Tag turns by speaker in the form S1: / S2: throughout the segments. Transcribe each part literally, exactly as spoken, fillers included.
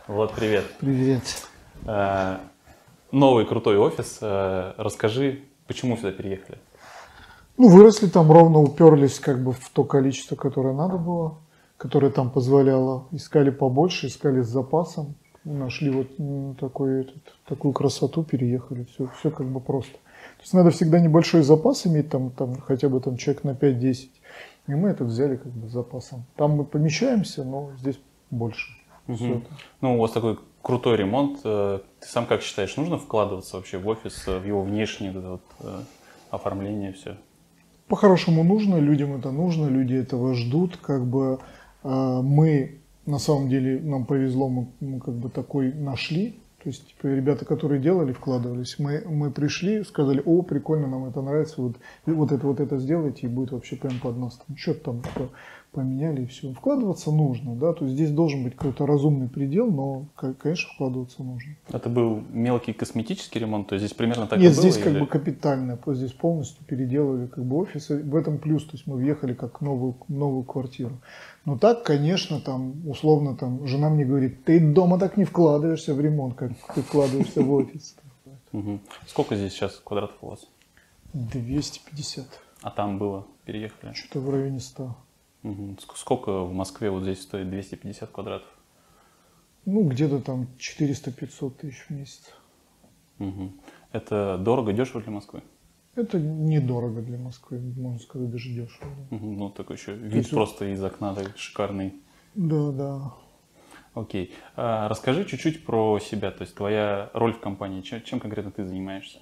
S1: Влад, привет.
S2: Привет.
S1: Э, Новый крутой офис. Э, Расскажи, почему сюда переехали?
S2: Ну, выросли там ровно, уперлись как бы в то количество, которое надо было, которое там позволяло. Искали побольше, искали с запасом. Нашли вот м, такой, этот, такую красоту, переехали. Все, все как бы просто. То есть надо всегда небольшой запас иметь, там, там хотя бы там человек на пять-десять. И мы это взяли как бы с запасом. Там мы помещаемся, но здесь больше. Всё
S1: Мгм.
S2: это.
S1: Ну, у вас такой крутой ремонт. Э, Ты сам как считаешь, нужно вкладываться вообще в офис, э, в его внешнее вот это вот, э, оформление, все?
S2: По-хорошему нужно, людям это нужно, люди этого ждут, как бы э, мы, на самом деле, нам повезло, мы, мы как бы такой нашли, то есть типа, ребята, которые делали, вкладывались, мы, мы пришли, сказали, о, прикольно, нам это нравится, вот, вот это, вот это сделайте, и будет вообще прям под нас, там, что-то там типа, поменяли и все. Вкладываться нужно, да, то есть здесь должен быть какой-то разумный предел, но, конечно, вкладываться нужно.
S1: Это был мелкий косметический ремонт, то есть здесь примерно так
S2: Нет,
S1: и было?
S2: здесь как
S1: или-
S2: бы капитально, то есть здесь полностью переделали как бы офис, и в этом плюс, то есть мы въехали как в новую, новую квартиру. Но так, конечно, там условно там жена мне говорит, ты дома так не вкладываешься в ремонт, как ты вкладываешься в офис.
S1: Мгм. Сколько здесь сейчас квадратов у вас?
S2: двести пятьдесят,
S1: А там было? Переехали?
S2: что-то в районе ста.
S1: Мгм. Ск- Сколько в Москве вот здесь стоит двести пятьдесят квадратов?
S2: Ну, где-то там четыреста-пятьсот тысяч в месяц.
S1: Мгм. Это дорого, дешево для Москвы?
S2: Это недорого для Москвы, можно сказать, даже дешево. Да,
S1: Мгм. Ну, такой еще вид
S2: есть вот-
S1: просто из окна такой шикарный.
S2: да. да.
S1: Окей. А, расскажи чуть-чуть про себя, то есть твоя роль в компании, чем, чем конкретно ты занимаешься?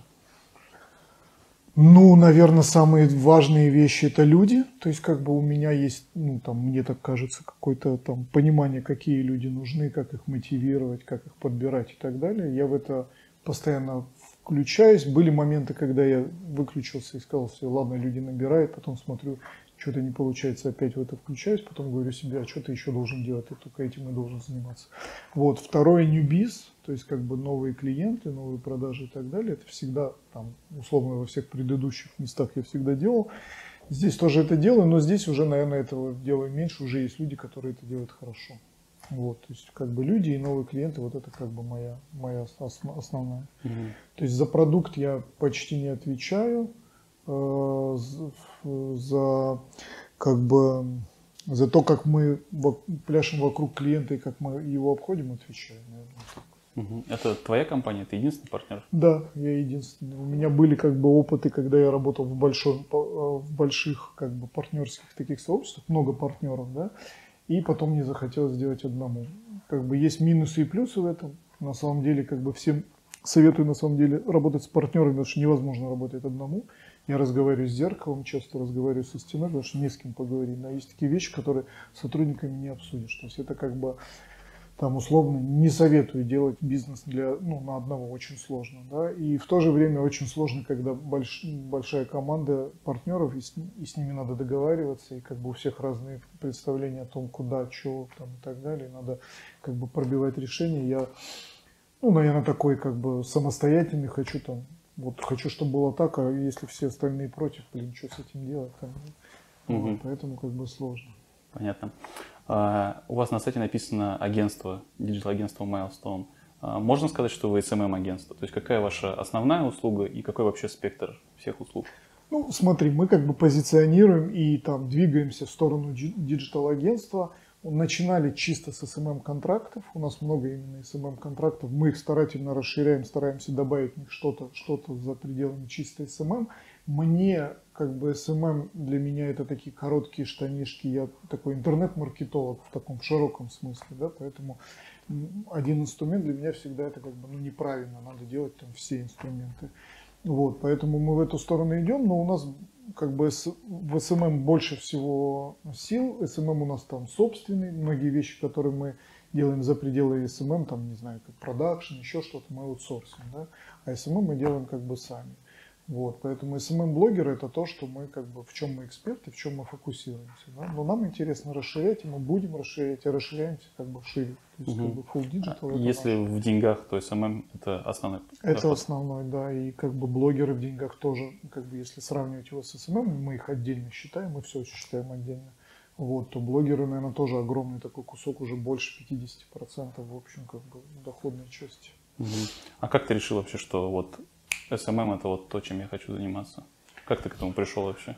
S2: Ну, наверное, самые важные вещи это люди. То есть, как бы у меня есть, ну, там, мне так кажется, какое-то там понимание, какие люди нужны, как их мотивировать, как их подбирать и так далее. Я в это постоянно включаюсь. Были моменты, когда я выключился и сказал себе, ладно, люди набирают, потом смотрю, что-то не получается, опять в это включаюсь, потом говорю себе, а что ты еще должен делать, ты только этим и должен заниматься. Вот, второе, ньюбиз, то есть как бы новые клиенты, новые продажи и так далее, это всегда там, условно, во всех предыдущих местах я всегда делал. Здесь тоже это делаю, но здесь уже, наверное, этого делаю меньше, уже есть люди, которые это делают хорошо. Вот, то есть как бы люди и новые клиенты, вот это как бы моя, моя основ- основная.
S1: Мгм.
S2: То есть за продукт я почти не отвечаю, э, за, за, как бы за то, как мы во- пляшем вокруг клиента и как мы его обходим, отвечаю, наверное.
S1: Мгм. Это твоя компания, ты единственный партнер?
S2: Да, я единственный. У меня были как бы опыты, когда я работал в, большом, по- в больших как бы партнерских таких сообществах, много партнеров, да, и потом мне захотелось сделать одному. Как бы есть минусы и плюсы в этом. На самом деле, как бы всем советую на самом деле работать с партнерами, потому что невозможно работать одному. Я разговариваю с зеркалом, часто разговариваю со стеной, потому что не с кем поговорить. Но есть такие вещи, которые с сотрудниками не обсудишь. То есть это как бы там условно не советую делать бизнес для, ну, на одного, очень сложно, да, и в то же время очень сложно, когда больш, большая команда партнеров, и с, и с ними надо договариваться, и как бы у всех разные представления о том, куда, что там и так далее, надо как бы пробивать решения. Я, ну, наверное, такой как бы самостоятельный, хочу там, вот хочу, чтобы было так, а если все остальные против, блин, что с этим делать там,
S1: Мгм.
S2: вот, поэтому как бы сложно.
S1: Понятно. А, у вас на сайте написано агентство, диджитал-агентство Milestone. А, можно сказать, что вы эс эм эм-агентство? То есть какая ваша основная услуга и какой вообще спектр всех услуг?
S2: Ну, смотри, мы как бы позиционируем и там двигаемся в сторону диджитал-агентства. Начинали чисто с эс эм эм-контрактов, у нас много именно эс эм эм-контрактов, мы их старательно расширяем, стараемся добавить в них что-то что за пределами чисто эс эм эм. Мне как бы эс эм эм для меня это такие короткие штанишки, я такой интернет-маркетолог в таком широком смысле, да, поэтому один инструмент для меня всегда это как бы ну, неправильно, надо делать там все инструменты. Вот, поэтому мы в эту сторону идем, но у нас как бы в эс эм эм больше всего сил, эс эм эм у нас там собственный, многие вещи, которые мы делаем за пределы эс эм эм, там, не знаю, как продакшн, еще что-то, мы аутсорсим, да, а эс эм эм мы делаем как бы сами. Вот, поэтому эс эм эм-блогеры это то, что мы как бы, в чем мы эксперты, в чем мы фокусируемся. Да? Но нам интересно расширять, и мы будем расширять, и расширяемся как бы шире. То есть
S1: Мгм.
S2: как бы full digital это
S1: Если
S2: наш.
S1: в деньгах, то эс эм эм это основной
S2: Это
S1: доход.
S2: основной, да, и как бы блогеры в деньгах тоже, как бы если сравнивать его с эс эм эм, мы их отдельно считаем, мы все считаем отдельно. вот, то блогеры, наверное, тоже огромный такой кусок, уже больше пятидесяти процентов, в общем, как бы доходной части.
S1: Угу. А как ты решил вообще, что вот эс эм эм это вот то, чем я хочу заниматься? Как ты к этому пришел вообще?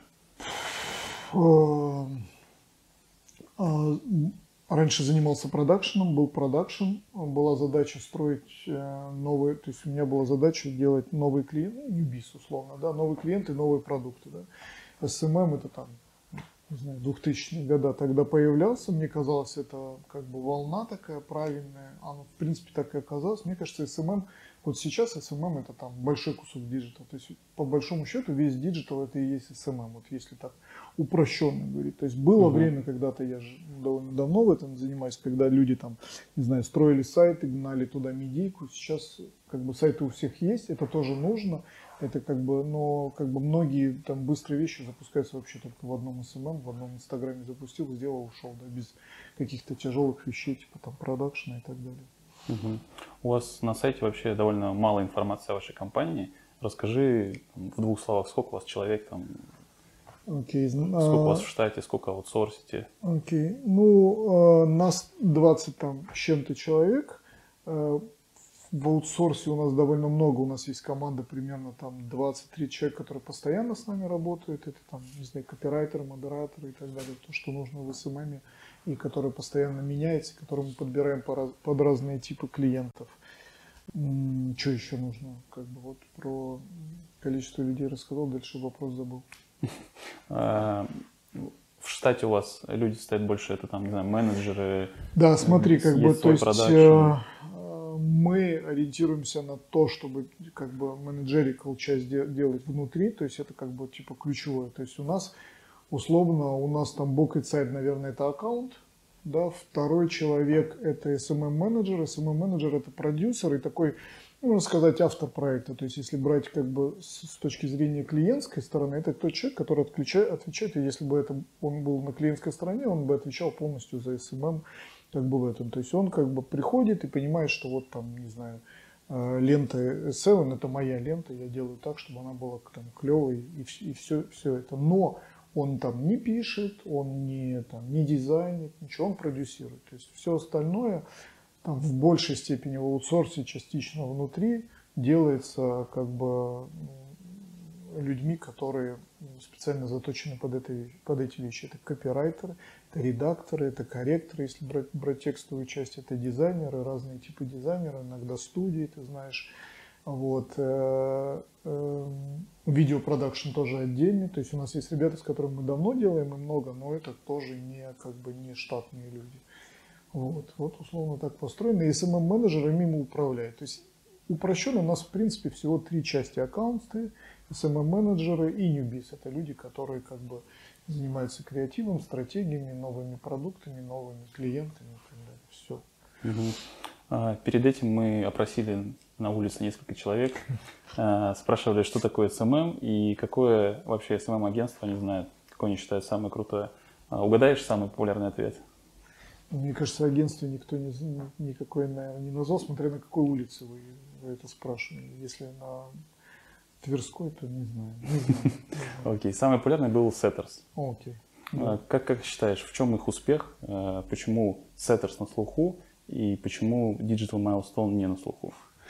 S2: Раньше занимался продакшеном, был продакшн, была задача строить новые, то есть у меня была задача делать новые клиенты, ну, ньюбис условно, да, новые клиенты, новые продукты, да. эс эм эм это там, не знаю, двухтысячные года тогда появлялся, мне казалось, это как бы волна такая правильная, оно в принципе так и оказалось. Мне кажется, эс эм эм, вот сейчас эс эм эм это там большой кусок диджитал, то есть по большому счету весь диджитал это и есть эс эм эм, вот если так упрощенно говорить. То есть было uh-huh. время, когда-то, я же довольно давно в этом занимаюсь, когда люди там, не знаю, строили сайты, гнали туда медийку, сейчас как бы сайты у всех есть, это тоже нужно. Это как бы, но как бы многие там быстрые вещи запускаются вообще только в одном эс эм эм, в одном инстаграме запустил, сделал, ушел, да, без каких-то тяжелых вещей, типа там продакшена и так далее.
S1: Угу. У вас на сайте вообще довольно мало информации о вашей компании. Расскажи там, в двух словах, сколько у вас человек там,
S2: okay.
S1: сколько а... у вас в штате, сколько аутсорсите?
S2: Окей, okay. ну, э, нас двадцать там с чем-то человек. Э, В аутсорсе у нас довольно много, у нас есть команда примерно там двадцать три человека, которые постоянно с нами работают, это там, не знаю, копирайтеры, модераторы и так далее, то, что нужно в эс эм эм, и которое постоянно меняется, которое мы подбираем под разные типы клиентов. Что еще нужно? Как бы вот про количество людей рассказал, дальше вопрос забыл.
S1: В штате у вас люди стоят больше, это там, не знаю, менеджеры.
S2: Да, смотри, как бы, то есть мы ориентируемся на то, чтобы как бы менеджерикал часть де- делать внутри, то есть это как бы типа ключевое. То есть у нас условно, у нас там bucket side, наверное, это аккаунт, да, второй человек это эс эм эм-менеджер, эс эм эм-менеджер это продюсер и такой, можно сказать, автор проекта. То есть если брать как бы с, с точки зрения клиентской стороны, это тот человек, который отключает, отвечает, и если бы это, он был на клиентской стороне, он бы отвечал полностью за эс эм эм, как бы в этом. То есть он как бы приходит и понимает, что вот там, не знаю, лента эс семь это моя лента, я делаю так, чтобы она была там клевой и, и все, все это. Но он там не пишет, он не, там, не дизайнит, ничего, он продюсирует. То есть все остальное там, в большей степени в аутсорсе, частично внутри, делается как бы людьми, которые специально заточены под, это, под эти вещи. Это копирайтеры, это редакторы, это корректоры, если брать, брать текстовую часть, это дизайнеры, разные типы дизайнеров, иногда студии, ты знаешь. Вот. Видеопродакшн тоже отдельный, то есть у нас есть ребята, с которыми мы давно делаем и много, но это тоже не, как бы, не штатные люди. Вот, вот условно так построено. И эс эм эм-менеджеры мимо управляют. То есть упрощенно у нас в принципе всего три части: аккаунты, эс эм эм-менеджеры и ньюбис. Это люди, которые как бы занимаются креативом, стратегиями, новыми продуктами, новыми клиентами и так далее. Все.
S1: Угу. А, перед этим мы опросили на улице несколько человек, а, спрашивали, что такое эс эм эм и какое вообще эс эм эм-агентство они знают, какое они считают самое крутое. А, угадаешь самый популярный ответ?
S2: Мне кажется, агентство никто не, никакое, наверное, не назвал, смотря на какой улице вы, вы это спрашивали. Если на Тверской, то не знаю. Не знаю.
S1: Окей, okay. Самый популярный был Setters.
S2: Окей. Okay.
S1: Yeah. Как, как считаешь, в чем их успех? Почему Setters на слуху и почему Digital Milestone не на слуху?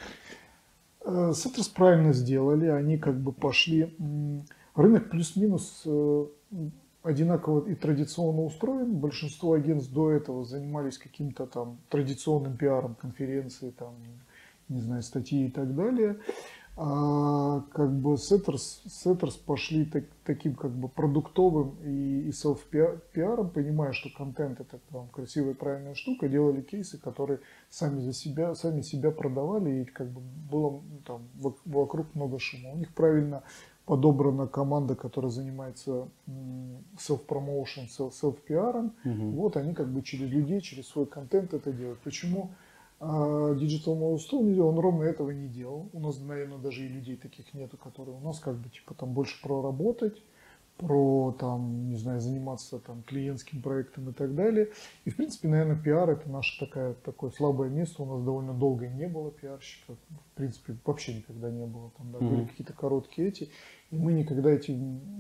S2: Setters правильно сделали, они как бы пошли. Рынок плюс-минус одинаково и традиционно устроен. Большинство агентств до этого занимались каким-то там традиционным пиаром, конференции, там, не знаю, статьи и так далее. А как бы Setters, Setters пошли так, таким как бы продуктовым и, и селф-пиаром, понимая, что контент это там красивая, правильная штука, делали кейсы, которые сами за себя, сами себя продавали, и как бы было там вокруг много шума. У них правильно подобрана команда, которая занимается self-promotion, self-пиаром. Mm-hmm. Вот они как бы через людей, через свой контент это делают. Почему Digital Milestone, он ровно этого не делал. У нас, наверное, даже и людей таких нету, которые у нас как бы типа там больше проработать, про там, не знаю, заниматься там клиентским проектом и так далее. И в принципе, наверное, пиар это наше такое, такое слабое место. У нас довольно долго не было пиарщиков. В принципе, вообще никогда не было. Там да, mm-hmm. были какие-то короткие эти. И мы никогда эти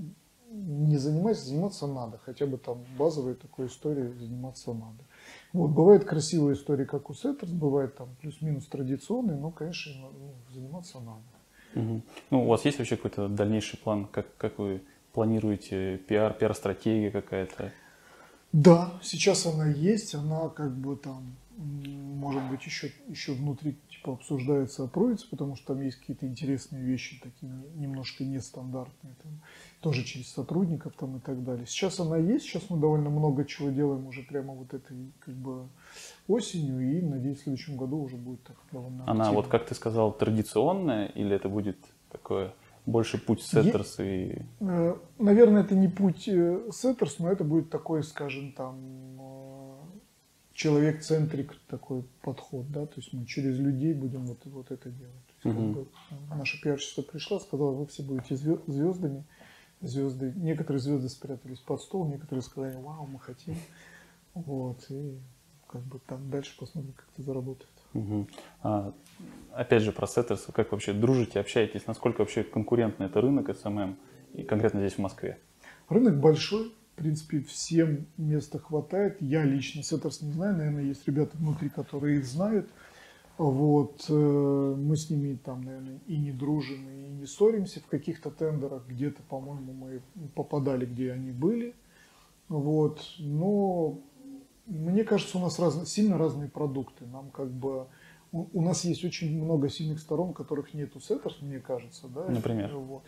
S2: не занимайся, заниматься надо. Хотя бы там базовой такой историей заниматься надо. Вот, бывают красивые истории, как у Setters, бывает там плюс-минус традиционные, но, конечно, ну, заниматься надо.
S1: Угу. Ну, у вас есть вообще какой-то дальнейший план, как, как вы планируете пиар, пиар-стратегия какая-то?
S2: Да, сейчас она есть, она как бы там, может быть, еще, еще внутри типа обсуждается, опробуется, потому что там есть какие-то интересные вещи, такие немножко нестандартные, там, тоже через сотрудников там и так далее. Сейчас она есть, сейчас мы довольно много чего делаем уже прямо вот этой как бы осенью, и, надеюсь, в следующем году уже будет так довольно
S1: Она,
S2: активно.
S1: вот как ты сказал, традиционная, или это будет такое больше путь Setters и...
S2: Наверное, это не путь Setters, но это будет такой, скажем, там, человек-центрик такой подход, да, то есть мы через людей будем вот, вот это делать. То есть,
S1: Угу.
S2: как бы, наша пиарщица пришла, сказала, вы все будете звездами, звезды, некоторые звезды спрятались под стол, некоторые сказали, вау, мы хотим, вот, и как бы там дальше посмотрим, как это заработает.
S1: Угу. А, опять же про Setters, как вообще дружите, общаетесь, насколько вообще конкурентный это рынок эс эм эм, и конкретно здесь в Москве?
S2: Рынок большой, в принципе, всем места хватает. Я лично Setters не знаю, наверное, есть ребята внутри, которые их знают. Вот, мы с ними там, наверное, и не дружим, и не ссоримся. В каких-то тендерах где-то, по-моему, мы попадали, где они были. Вот, но мне кажется, у нас раз, сильно разные продукты. Нам как бы у, у нас есть очень много сильных сторон, которых нет у Setters, мне кажется, да.
S1: Например.
S2: Вот.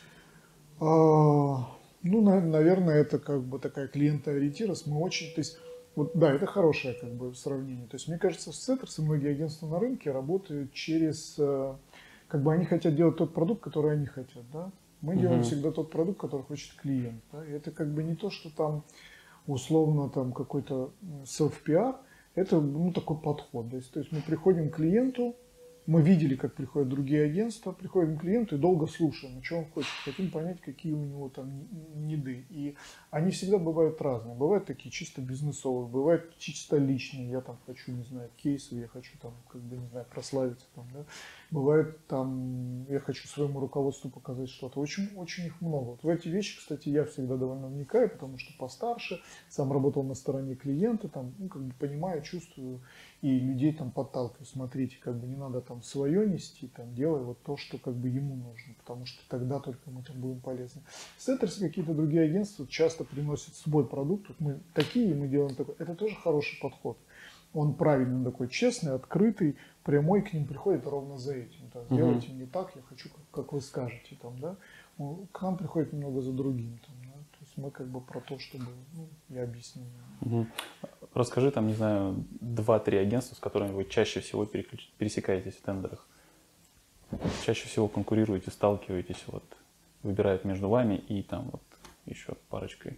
S2: А, ну, на, наверное, это как бы такая клиентоориентированность. Мы очень, то есть, вот, да, это хорошее как бы сравнение. То есть, мне кажется, в Setters и многие агентства на рынке работают через, как бы они хотят делать тот продукт, который они хотят, да. Мы uh-huh. делаем всегда тот продукт, который хочет клиент, да. И это как бы не то, что там условно там какой-то self-пиар, это ну, такой подход. То есть, то есть мы приходим к клиенту, мы видели, как приходят другие агентства, приходим к клиенту и долго слушаем, что он хочет, хотим понять, какие у него там ниды. И они всегда бывают разные. Бывают такие чисто бизнесовые, бывают чисто личные. Я там хочу, не знаю, кейсы, я хочу там, как бы, не знаю, прославиться там, да. Бывает там, я хочу своему руководству показать что-то. Очень, очень их много. Вот в эти вещи, кстати, я всегда довольно вникаю, потому что постарше, сам работал на стороне клиента, там, ну, как бы понимаю, чувствую и людей там подталкиваю. Смотрите, как бы не надо там свое нести, там, делай вот то, что как бы ему нужно, потому что тогда только мы там будем полезны. Setters, какие-то другие агентства часто приносят свой продукт. Вот мы такие, мы делаем такой. Это тоже хороший подход. Он правильный, такой честный, открытый, прямой, к ним приходит ровно за этим. Да, сделайте uh-huh. не так, я хочу, как, как вы скажете. Там, да. К нам приходит немного за другим. Там, да. То есть мы как бы про то, чтобы ну, я объяснил.
S1: Uh-huh. Расскажи там, не знаю, два-три агентства, с которыми вы чаще всего пересекаетесь в тендерах. Чаще всего конкурируете, сталкиваетесь, вот, выбирают между вами и там вот еще парочкой.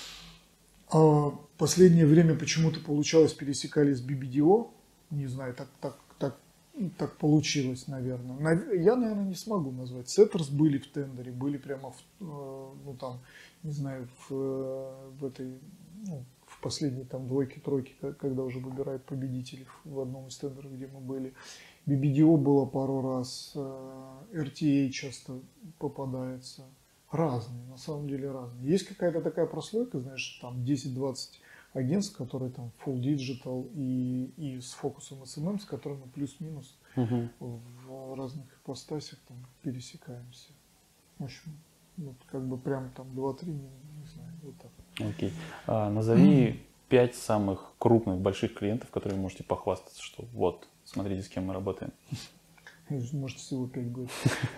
S2: А последнее время почему-то получалось, пересекались с би би ди о. Не знаю, так, так, так, так получилось, наверное. Я, наверное, не смогу назвать. Setters были в тендере, были прямо в, ну, там, не знаю, в, в этой, ну, в последней там двойке-тройке, когда уже выбирают победителей в одном из тендеров, где мы были. би би ди о было пару раз, эр ти эй часто попадается. Разные, на самом деле разные. Есть какая-то такая прослойка, знаешь, там десять-двадцать агентств, которые там full digital и, и с фокусом эс эм эм, с которыми плюс-минус uh-huh. в разных ипостасях там пересекаемся. В общем, вот как бы прям там два-три, не, не знаю, вот так.
S1: Окей. Okay. А, назови пять самых крупных, больших клиентов, которые можете похвастаться, что вот, смотрите, с кем мы работаем.
S2: Может, всего пять будет.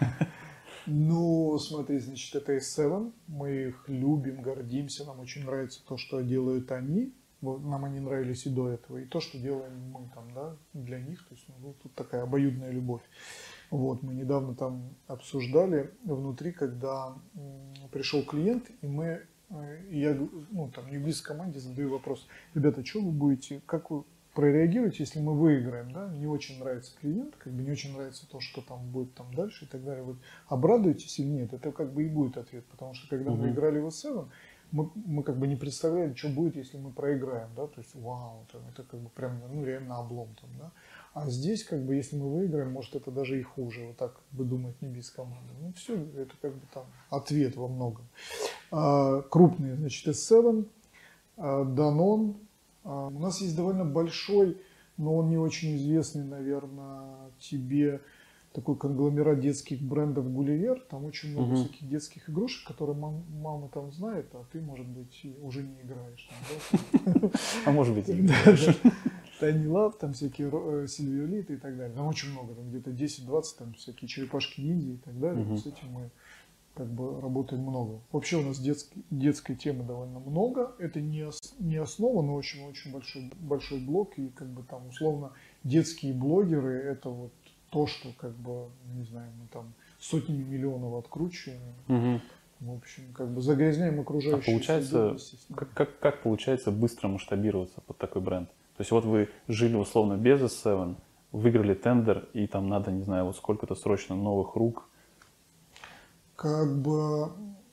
S2: Ну, смотри, значит, это эс семь, мы их любим, гордимся, нам очень нравится то, что делают они, нам они нравились и до этого, и то, что делаем мы там, да, для них, то есть, ну, тут такая обоюдная любовь. Вот, мы недавно там обсуждали внутри, когда м, пришел клиент, и мы, и я, ну, там, в команде задаю вопрос, ребята, что вы будете, как вы прореагируете, если мы выиграем, да, не очень нравится клиент, как бы не очень нравится то, что там будет там дальше и так далее. Вот обрадуетесь или нет, это как бы и будет ответ, потому что когда uh-huh. мы играли в эс семь, мы, мы как бы не представляли, что будет, если мы проиграем, да, то есть вау, там, это как бы прям, ну, реально облом там, да. А здесь, как бы, если мы выиграем, может, это даже и хуже. Вот так бы думает Newbiz команда. Ну, все, это как бы там ответ во многом. А, крупные, значит, эс семь, а, Danone. А, у нас есть довольно большой, но он не очень известный, наверное, тебе, такой конгломерат детских брендов Гулливер. Там очень много
S1: Мгм.
S2: всяких детских игрушек, которые мам- мама там знает, а ты, может быть, и уже не играешь. Там, да?
S1: А может быть, и-
S2: Да, да. Тайни Лав, там всякие ро- э, Сильверлиты и так далее. Там очень много, там где-то десять-двадцать, там всякие черепашки ниндзя и так далее.
S1: Мгм.
S2: С этим мы как бы работаем много. Вообще у нас детский, детской темы довольно много. Это не, ос- не основа, но очень-очень большой, большой блок. И как бы там условно детские блогеры это вот то, что как бы, не знаю, мы там сотнями миллионов откручиваем.
S1: Мгм.
S2: В общем, как бы загрязняем
S1: А
S2: окружающую среду
S1: получается,
S2: вместе с ними.
S1: как, как, как получается быстро масштабироваться под такой бренд? То есть вот вы жили условно без эс семь, выиграли тендер, и там надо, не знаю, вот сколько-то срочно новых рук.
S2: Как бы,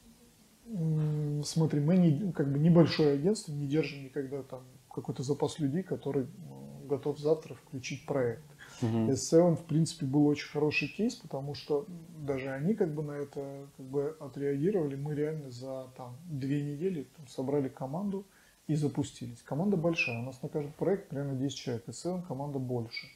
S2: м, смотри, мы не, как бы небольшое агентство, не держим никогда там какой-то запас людей, который м, готов завтра включить проект.
S1: Мгм.
S2: эс семь, в принципе, был очень хороший кейс, потому что даже они как бы на это как бы отреагировали. Мы реально за там две недели там, собрали команду и запустились. Команда большая, у нас на каждый проект примерно десять человек, эс семь команда больше.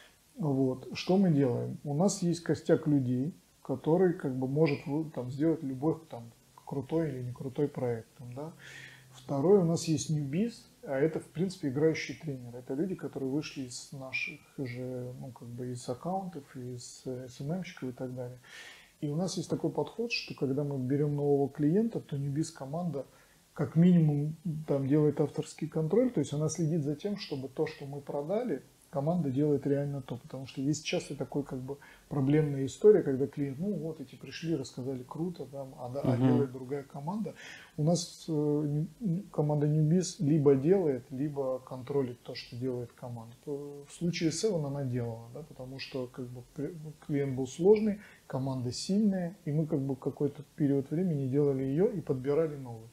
S2: Вот. Что мы делаем? У нас есть костяк людей, который как бы может вы- там, сделать любой там, крутой или не крутой проект. Там, да? Второе, у нас есть Newbiz, а это, в принципе, играющие тренеры. Это люди, которые вышли из наших же, ну, как бы из аккаунтов, из эс эм эм-щиков и так далее. И у нас есть такой подход, что когда мы берем нового клиента, то Newbiz команда как минимум там делает авторский контроль, то есть она следит за тем, чтобы то, что мы продали, команда делает реально то, потому что есть часто такой как бы проблемная история, когда клиент, ну вот эти пришли, рассказали круто, там, а, да, а
S1: Мгм.
S2: делает другая команда. У нас э, н- команда Newbiz либо делает, либо контролит то, что делает команда. То в случае с Seven она делала, да, потому что как бы при- клиент был сложный, команда сильная, и мы как бы какой-то период времени делали ее и подбирали новую.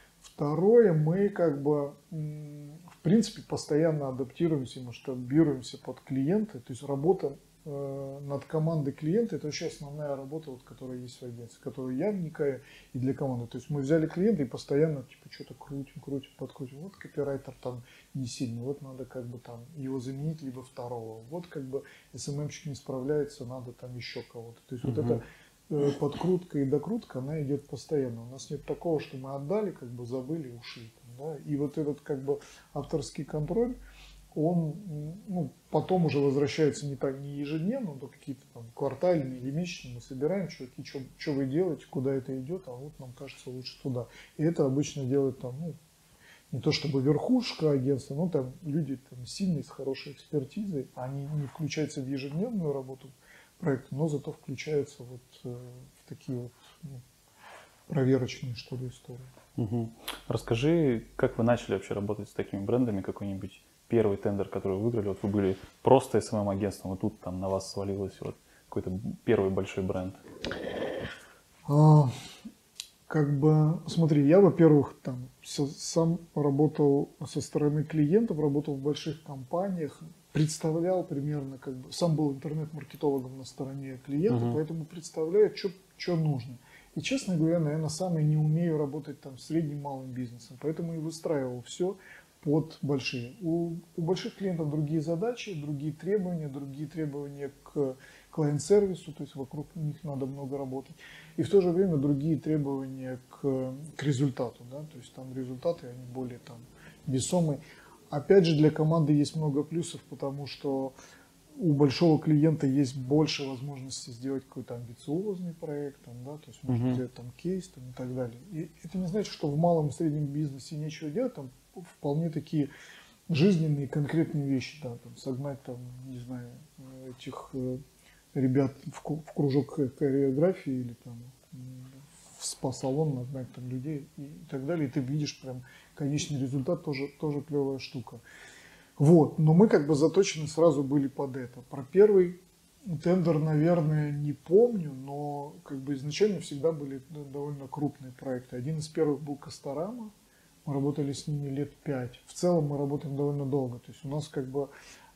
S2: Второе, мы как бы, м, в принципе, постоянно адаптируемся, масштабируемся под клиента. То есть работа э, над командой клиента – это вообще основная работа, вот, которая есть в агентстве, в которую я вникаю и для команды. То есть мы взяли клиента и постоянно типа что-то крутим, крутим, подкрутим. Вот копирайтер там не сильный, вот надо как бы там его заменить, либо второго. Вот как бы эс эм эм-щик не справляется, надо там еще кого-то. То есть вот
S1: Мгм.
S2: это э, подкрутка и докрутка, она идет постоянно. У нас нет такого, что мы отдали, как бы забыли, ушли. Там, да? И вот этот как бы авторский контроль, он м, ну, потом уже возвращается не так, не ежедневно, но какие-то там квартальные или месячные. Мы собираем, чуваки, что вы делаете, куда это идет, а вот нам кажется лучше туда. И это обычно делают там, ну, не то чтобы верхушка агентства, но там люди там, сильные, с хорошей экспертизой, они не включаются в ежедневную работу проекта, но зато включаются вот э, в такие вот ну, проверочные, что ли, истории.
S1: Мгм. Расскажи, как вы начали вообще работать с такими брендами, какой-нибудь первый тендер, который вы выиграли, вот вы были просто эс эм эм-агентством, и тут там на вас свалилось вот какой-то первый большой бренд.
S2: А, как бы, смотри, я, во-первых, там со- сам работал со стороны клиентов, работал в больших компаниях, представлял примерно, как бы, сам был интернет-маркетологом на стороне клиента,
S1: Мгм.
S2: поэтому представляю, что нужно. И, честно говоря, наверное, сам я не умею работать там с средним малым бизнесом, поэтому и выстраивал все под большие. У, у больших клиентов другие задачи, другие требования, другие требования к клиент-сервису, то есть вокруг них надо много работать. И в то же время другие требования к, к результату, да, то есть там результаты, они более там весомые. Опять же, для команды есть много плюсов, потому что у большого клиента есть больше возможностей сделать какой-то амбициозный проект, там, да, то есть можно
S1: Мгм.
S2: сделать там кейс там, и так далее. И это не значит, что в малом и среднем бизнесе нечего делать, там вполне такие жизненные конкретные вещи, да, там, согнать там, не знаю, этих э, ребят в, ку- в кружок хореографии или там в спа-салон нагнать там людей и так далее, и ты видишь прям конечный результат, тоже, тоже клевая штука. Вот, но мы как бы заточены сразу были под это. Про первый тендер, наверное, не помню, но как бы изначально всегда были довольно крупные проекты. Один из первых был Касторама, мы работали с ними лет пять. В целом мы работаем довольно долго, то есть у нас как бы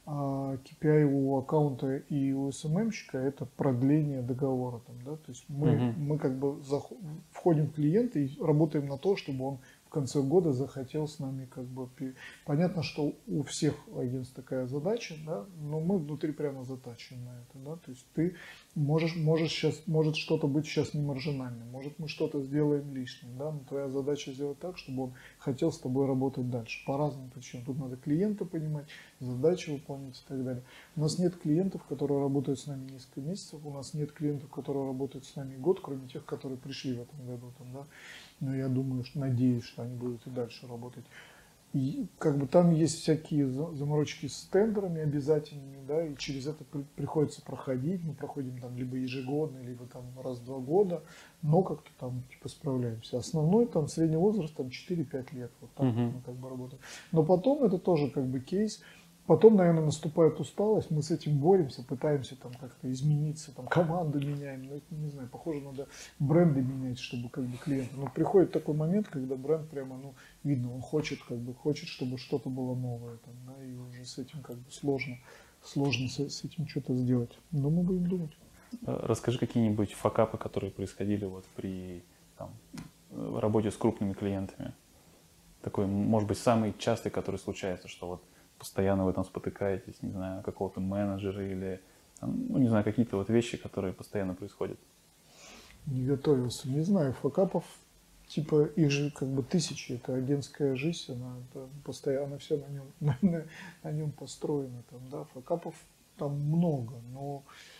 S2: а кей пи ай у аккаунта и у эс эм эм-щика это продление договора. Там, да? То есть мы,
S1: Мгм.
S2: мы как бы заход, входим в клиента и работаем на то, чтобы он в конце года захотел с нами как бы... Понятно, что у всех агентств такая задача, да? Но мы внутри прямо затачиваем на это. Да? То есть ты можешь, можешь сейчас, может что-то быть сейчас не маржинальным, может мы что-то сделаем лишним, да? Но твоя задача сделать так, чтобы он хотел с тобой работать дальше. По разным причинам. Тут надо клиента понимать, задачи выполнять и так далее. У нас нет клиентов, которые работают с нами несколько месяцев, у нас нет клиентов, которые работают с нами год, кроме тех, которые пришли в этом году. Там, да? Но я думаю, что, надеюсь, что они будут и дальше работать. И как бы там есть всякие заморочки с тендерами обязательными, да, и через это при, приходится проходить. Мы проходим там либо ежегодно, либо там раз в два года, но как-то там типа справляемся. Основной там средний возраст там четыре-пять лет, вот так
S1: Мгм.
S2: мы как бы работаем. Но потом это тоже как бы кейс. Потом, наверное, наступает усталость, мы с этим боремся, пытаемся там как-то измениться, там команду меняем, ну, это, не знаю, похоже, надо бренды менять, чтобы как бы клиенты. Но приходит такой момент, когда бренд прямо, ну, видно, он хочет, как бы, хочет, чтобы что-то было новое, там, да, и уже с этим как бы сложно, сложно с, с этим что-то сделать. Но мы будем думать.
S1: Расскажи какие-нибудь факапы, которые происходили вот при там, работе с крупными клиентами. Такой, может быть, самый частый, который случается, что вот постоянно вы там спотыкаетесь, не знаю, какого-то менеджера или, ну, не знаю, какие-то вот вещи, которые постоянно происходят.
S2: Не готовился. Не знаю, факапов, типа, их же как бы тысячи, это агентская жизнь, она это постоянно все на нем, на, на, на нем построено, там, да, факапов там много, но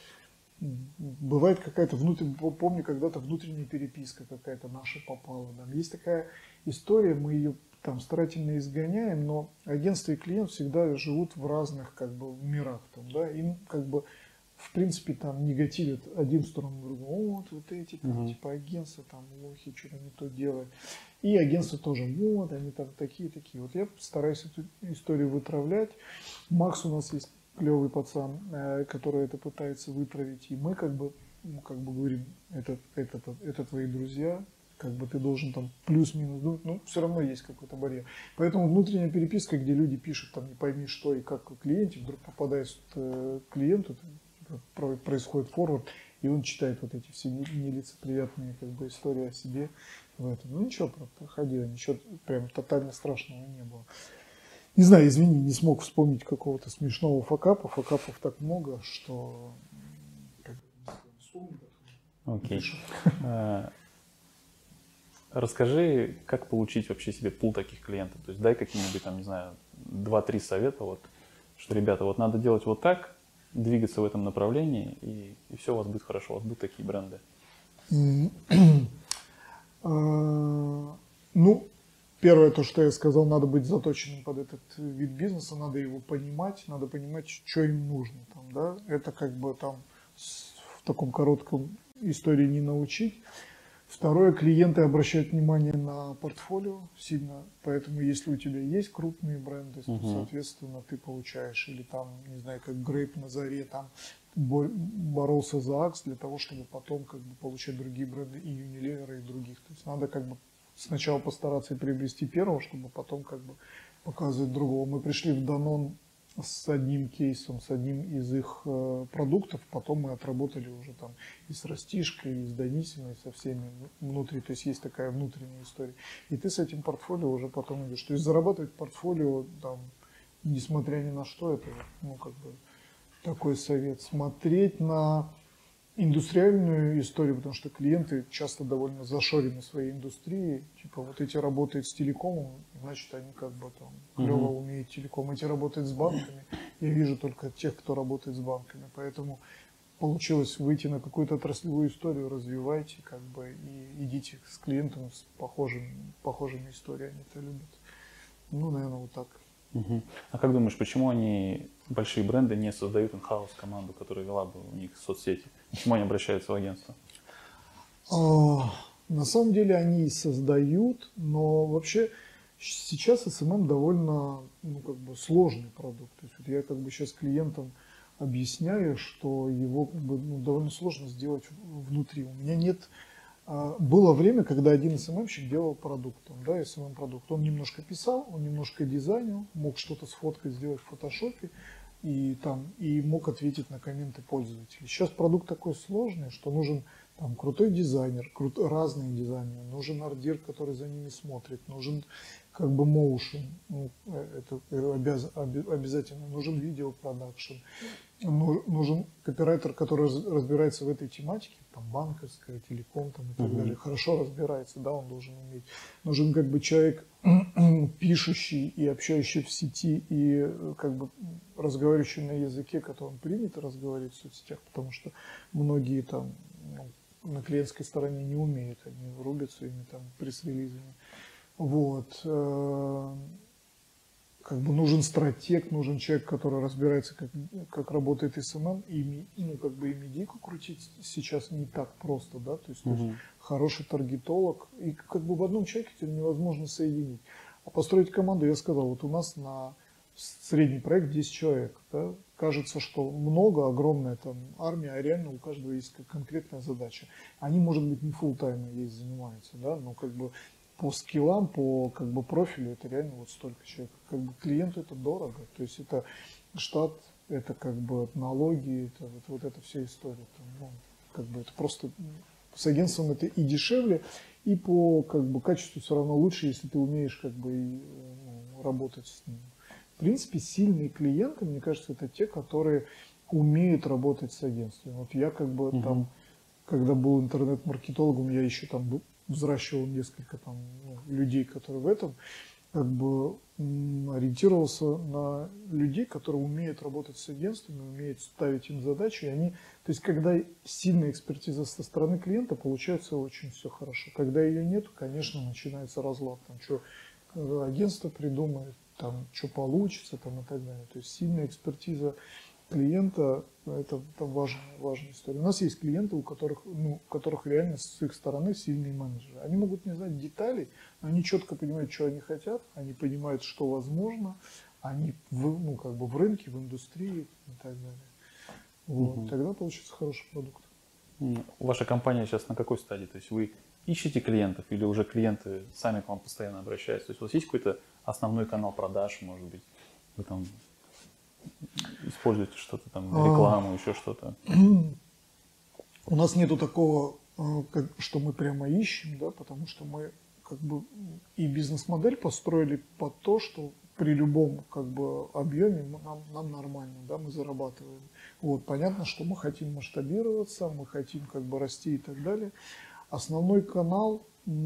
S2: бывает какая-то внутренняя, помню, когда-то внутренняя переписка какая-то наша попала, там, есть такая история, мы ее там старательно изгоняем, но агентство и клиент всегда живут в разных как бы мирах, там, да, им как бы в принципе там негативят один в сторону другого, вот, вот эти там, uh-huh. типа агентства там лохи, что-то не то делают, и агентство тоже, вот, они там такие-такие, вот я стараюсь эту историю вытравлять. Макс у нас есть клевый пацан, который это пытается вытравить, и мы как бы, ну, как бы говорим, это, это, это, это твои друзья, как бы ты должен там плюс-минус думать, но все равно есть какой-то барьер. Поэтому внутренняя переписка, где люди пишут там не пойми что и как к клиенте, вдруг попадает к клиенту, там, происходит форвард, и он читает вот эти все нелицеприятные как бы истории о себе в этом. Ну ничего, проходило, ничего прям тотально страшного не было. Не знаю, извини, не смог вспомнить какого-то смешного факапа. Факапов так много, что...
S1: Окей. Okay. Расскажи, как получить вообще себе пул таких клиентов. То есть дай какие-нибудь там, не знаю, два-три совета, вот, что, ребята, вот надо делать вот так, двигаться в этом направлении, и, и все у вас будет хорошо, у вас будут такие бренды.
S2: Ну, первое, то, что я сказал, надо быть заточенным под этот вид бизнеса, надо его понимать, надо понимать, что им нужно. Там, да? Это как бы там в таком коротком истории не научить. Второе, клиенты обращают внимание на портфолио сильно, поэтому если у тебя есть крупные бренды, uh-huh. то, соответственно, ты получаешь, или там, не знаю, как Грейп на заре, там боролся за Акс для того, чтобы потом как бы получать другие бренды и Unilever, и других. То есть надо как бы сначала постараться приобрести первого, чтобы потом как бы показывать другого. Мы пришли в Danone с одним кейсом, с одним из их э, продуктов, потом мы отработали уже там и с Растишкой, и с Данисиной, и со всеми внутри, то есть есть такая внутренняя история. И ты с этим портфолио уже потом идешь. То есть зарабатывать портфолио, там, несмотря ни на что, это, ну, как бы, такой совет. Смотреть на индустриальную историю, потому что клиенты часто довольно зашорены своей индустрией. Типа вот эти работают с телекомом, значит они как бы там клево uh-huh. умеют телеком. Эти работают с банками. Я вижу только тех, кто работает с банками. Поэтому получилось выйти на какую-то отраслевую историю, развивайте как бы и идите с клиентом с похожими, похожими историями. Они это любят. Ну, наверное, вот так.
S1: Uh-huh. А как думаешь, почему они, большие бренды, не создают in-house команду, которая вела бы у них соцсети? Почему они обращаются в агентство?
S2: А, на самом деле они создают, но вообще сейчас эс эм эм довольно, ну, как бы сложный продукт. То есть вот я как бы сейчас клиентам объясняю, что его как бы, ну, довольно сложно сделать внутри. У меня нет... Было время, когда один эс эм эм-щик делал продукт, да, эс эм эм-продукт. Он немножко писал, он немножко дизайнил, мог что-то сфоткать, сделать в фотошопе, и, там, и мог ответить на комменты пользователей. Сейчас продукт такой сложный, что нужен там крутой дизайнер, крут, разные дизайнеры, нужен ардир, который за ними смотрит, нужен как бы моушен, ну, это обяз, обязательно, нужен видеопродакшн, нужен копирайтер, который разбирается в этой тематике, там банковская, телеком там, и так uh-huh. далее, хорошо разбирается, да, он должен уметь. Нужен как бы человек, пишущий и общающий в сети, и как бы разговаривающий на языке, которым принято разговаривать в соцсетях, потому что многие там, ну, на клиентской стороне не умеют, они рубятся ими там пресс-релизами. Вот. Как бы нужен стратег, нужен человек, который разбирается, как, как работает эс эм эм, и ну, как бы и медийку крутить сейчас не так просто, да, то есть, угу. то есть хороший таргетолог, и как бы в одном человеке это невозможно соединить. А построить команду, я сказал, вот у нас на средний проект десять человек, да, кажется, что много, огромная там армия, а реально у каждого есть конкретная задача. Они, может быть, не фулл-тайм есть занимаются, да, но как бы по скиллам, по как бы профилю это реально вот столько человек. Как бы клиенту это дорого, то есть это штат, это как бы налоги, это вот, вот эта вся история. Там, ну, как бы это просто с агентством это и дешевле, и по как бы качеству все равно лучше, если ты умеешь как бы и, ну, работать с ним. В принципе, сильные клиенты, мне кажется, это те, которые умеют работать с агентством. Вот я как бы угу. там, когда был интернет-маркетологом, я еще там был, взращивал несколько там, ну, людей, которые в этом, как бы ориентировался на людей, которые умеют работать с агентствами, умеют ставить им задачи. И они, то есть, когда сильная экспертиза со стороны клиента, получается очень все хорошо. Когда ее нет, конечно, начинается разлад. Там, что агентство придумает, там, что получится, там, и так далее. То есть сильная экспертиза клиента – это, это важная, важная история. У нас есть клиенты, у которых, ну, у которых реально с их стороны сильные менеджеры. Они могут не знать деталей, но они четко понимают, что они хотят, они понимают, что возможно, они в, ну, как бы в рынке, в индустрии и так далее. Вот. Угу. Тогда получится хороший продукт.
S1: Ваша компания сейчас на какой стадии? То есть вы ищете клиентов или уже клиенты сами к вам постоянно обращаются? То есть у вас есть какой-то основной канал продаж, может быть, вы там используете что-то там, рекламу, а, еще что-то?
S2: У нас нету такого, как, что мы прямо ищем, да, потому что мы как бы и бизнес-модель построили под то, что при любом как бы объеме нам, нам нормально, да, мы зарабатываем. Вот, понятно, что мы хотим масштабироваться, мы хотим как бы расти и так далее. Основной канал,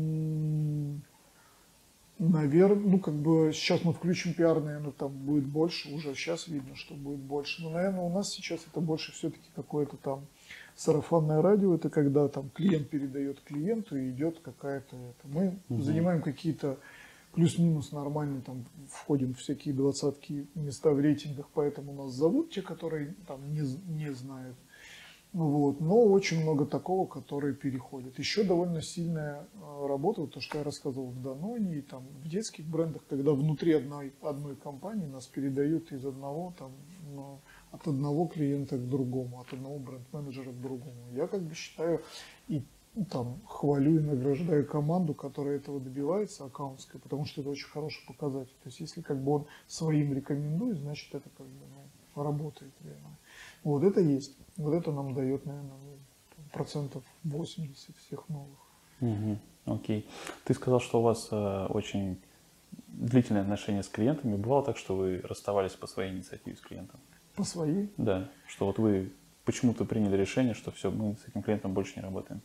S2: наверное, ну как бы сейчас мы включим пиар, наверное, там будет больше, уже сейчас видно, что будет больше. Но, наверное, у нас сейчас это больше все-таки какое-то там сарафанное радио, это когда там клиент передает клиенту и идет какая-то это. Мы угу. занимаем какие-то плюс-минус нормальные, там входим в всякие двадцатки места в рейтингах, поэтому нас зовут те, которые там не, не знают. Вот. Но очень много такого, которые переходят. Еще довольно сильная работа, вот то, что я рассказывал в Даноне и там, в детских брендах, когда внутри одной, одной компании нас передают из одного, там, ну, от одного клиента к другому, от одного бренд-менеджера к другому. Я как бы считаю и там, хвалю и награждаю команду, которая этого добивается, аккаунтская, потому что это очень хороший показатель. То есть если как бы он своим рекомендует, значит это как бы, ну, работает реально. Вот это есть. Вот это нам дает, наверное, процентов восемьдесят всех новых.
S1: Угу, окей. Ты сказал, что у вас э, очень длительные отношения с клиентами. Бывало так, что вы расставались по своей инициативе с клиентом?
S2: По своей?
S1: Да. Что вот вы почему-то приняли решение, что все, мы с этим клиентом больше не работаем.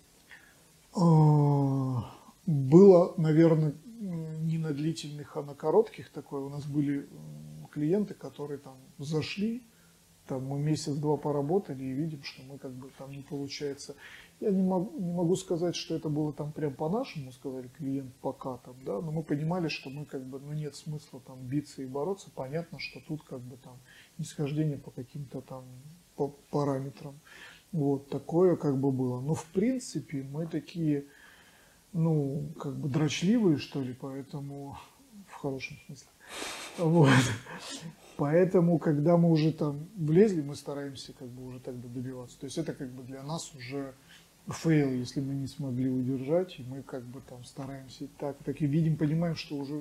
S2: Было, наверное, не на длительных, а на коротких такое. У нас были клиенты, которые там зашли, там мы месяц-два поработали и видим, что мы как бы там не получается. Я не могу, не могу сказать, что это было там прям по-нашему, сказали клиент пока там, да, но мы понимали, что мы как бы, ну нет смысла там биться и бороться. Понятно, что тут как бы там нисхождение по каким-то там по параметрам. Вот такое как бы было. Но в принципе мы такие, ну, как бы дрочливые, что ли, поэтому в хорошем смысле. Вот. Поэтому, когда мы уже там влезли, мы стараемся как бы уже тогда добиваться. То есть это как бы для нас уже фейл, если мы не смогли удержать, и мы как бы там стараемся и так, так и видим, понимаем, что уже вот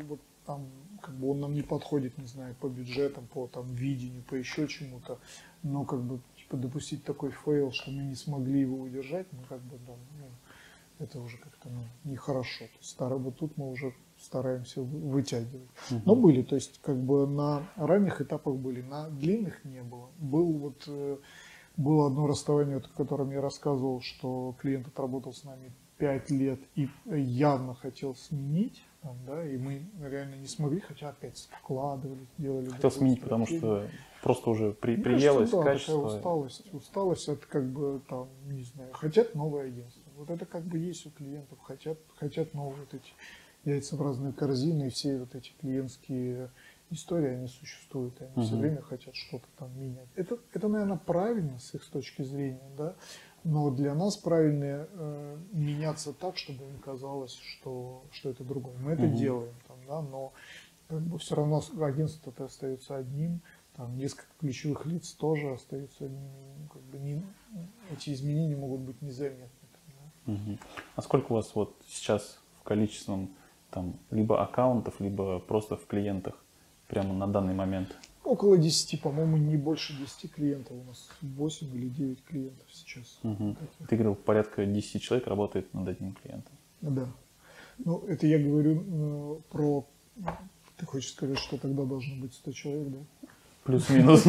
S2: там, как бы он нам не подходит, не знаю, по бюджетам, по там видению, по еще чему-то, но как бы типа допустить такой фейл, что мы не смогли его удержать, ну как бы да, ну, это уже как-то ну, нехорошо. Старый, вот тут мы уже стараемся вытягивать. Uh-huh. Но были, то есть как бы на ранних этапах были, на длинных не было. Был вот было одно расставание, о котором я рассказывал, что клиент отработал с нами пять лет и явно хотел сменить, там, да, и мы реально не смогли, хотя опять вкладывали, делали.
S1: Хотел сменить, потому что просто уже при, приелось
S2: кажется, да,
S1: качество.
S2: Такая усталость, усталость от как бы там, не знаю, хотят новое агентство. Вот это как бы есть у клиентов, хотят, хотят новые вот эти яйца в разные корзины, и все вот эти клиентские истории, они существуют, и они uh-huh. все время хотят что-то там менять. Это, это, наверное, правильно с их с точки зрения, да, но для нас правильно э, меняться так, чтобы им казалось, что, что это другое. Мы это uh-huh. делаем, там, да, но как бы все равно агентство-то остается одним, там несколько ключевых лиц тоже остаются одними, ну, как бы не, эти изменения могут быть незаметны. Да.
S1: Uh-huh. А сколько у вас вот сейчас в количественном там либо аккаунтов, либо просто в клиентах прямо на данный момент?
S2: Около десяти, по-моему, не больше десяти клиентов. У нас восемь или девять клиентов сейчас.
S1: Угу. Ты говорил, порядка десяти человек работает над одним клиентом.
S2: Да. Ну, это я говорю э, про... Ты хочешь сказать, что тогда должно быть сто человек, да?
S1: Плюс-минус.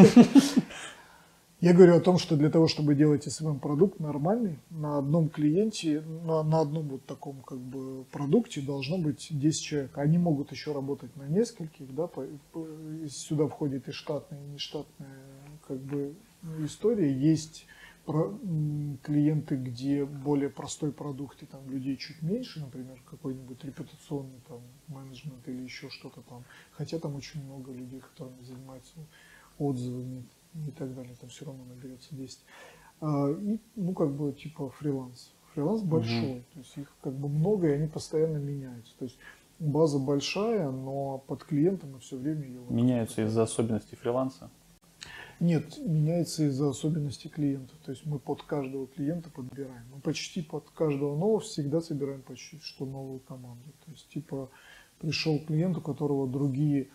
S2: Я говорю о том, что для того, чтобы делать эс эм эм-продукт нормальный, на одном клиенте, на, на одном вот таком как бы продукте должно быть десять человек. Они могут еще работать на нескольких, да, по, по, сюда входит и штатная, и нештатная как бы история. Есть про, клиенты, где более простой продукт, и там людей чуть меньше, например, какой-нибудь репутационный там менеджмент или еще что-то там. Хотя там очень много людей, которые занимаются отзывами и так далее, там все равно наберется десять. А, и, ну, как бы, типа фриланс. Фриланс большой, угу. то есть их как бы много, и они постоянно меняются. То есть база большая, но под клиента мы все время ее...
S1: Меняются из-за особенностей фриланса?
S2: Нет, меняется из-за особенностей клиента. То есть мы под каждого клиента подбираем. Мы почти под каждого нового всегда собираем почти что новую команду. То есть, типа, пришел клиент, у которого другие...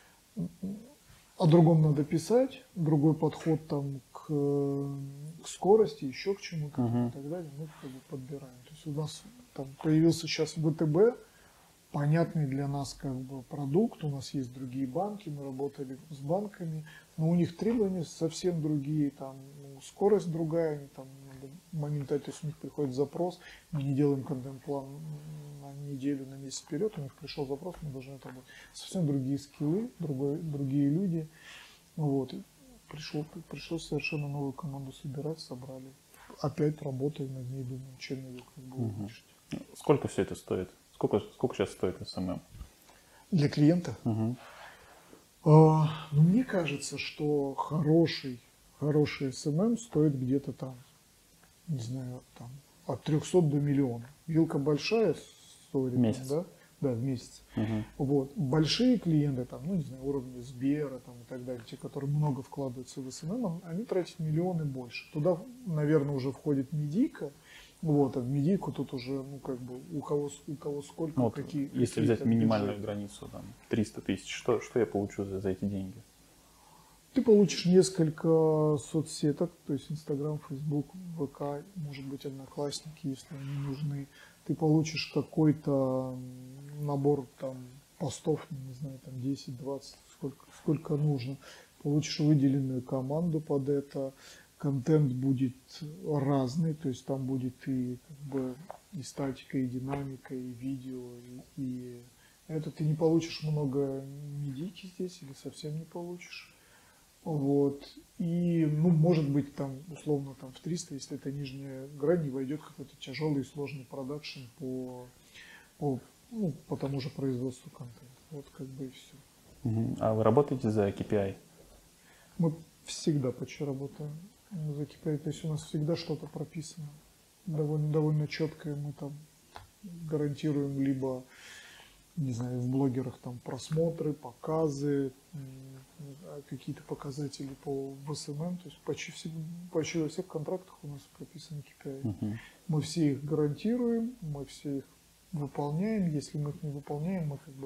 S2: О другом надо писать, другой подход там к, к скорости, еще к чему-то uh-huh. и так далее, мы как бы подбираем. То есть у нас там появился сейчас вэ тэ бэ, понятный для нас как бы продукт, у нас есть другие банки, мы работали с банками, но у них требования совсем другие, там ну, скорость другая, они там моментально, то есть у них приходит запрос, мы не делаем контент-план на неделю, на месяц вперед, у них пришел запрос, мы должны это работать. Совсем другие скиллы, другой, другие люди. Вот. И пришло, пришлось совершенно новую команду собирать, собрали. Опять работаем над ней, думаем, чем ее как бы улучшить.
S1: Угу. Сколько все это стоит? Сколько, сколько сейчас стоит эс эм эм?
S2: Для клиента?
S1: Угу.
S2: А, ну, мне кажется, что хороший, хороший эс эм эм стоит где-то там, не знаю, там, от трехсот до миллиона. Вилка большая, стоит,
S1: в месяц.
S2: Да? Да, в месяц.
S1: Угу.
S2: Вот. Большие клиенты, там, ну, не знаю, уровня Сбера там, и так далее, те, которые много вкладываются в эс эм эм, они тратят миллионы больше. Туда, наверное, уже входит медийка. Вот, а в медийку тут уже, ну, как бы, у кого, у кого сколько,
S1: вот,
S2: какие...
S1: Если
S2: какие
S1: взять минимальную
S2: бюджеты.
S1: границу, там, триста тысяч, что, что я получу за, за эти деньги?
S2: Ты получишь несколько соцсеток, то есть Инстаграм, Фейсбук, вэ ка, может быть, Одноклассники, если они нужны. Ты получишь какой-то набор там постов, не знаю, там десять-двадцать, сколько, сколько нужно. Получишь выделенную команду под это. Контент будет разный, то есть там будет и как бы и статика, и динамика, и видео, и, и это ты не получишь много медийки здесь или совсем не получишь. Вот. И, ну, может быть, там, условно, там в триста, если это нижняя грань, не войдет какой-то тяжелый и сложный продакшн по, по, ну, по тому же производству контента. Вот как бы и все.
S1: Угу. А вы работаете за кей пи ай?
S2: Мы всегда почти работаем за кей пи ай, то есть у нас всегда что-то прописано. Довольно, довольно четкое мы там гарантируем либо, не знаю, в блогерах там просмотры, показы, какие-то показатели по в эс эм эм, то есть почти, все, почти во всех контрактах у нас прописаны кей пи ай. Uh-huh. Мы все их гарантируем, мы все их выполняем, если мы их не выполняем, мы как бы типа,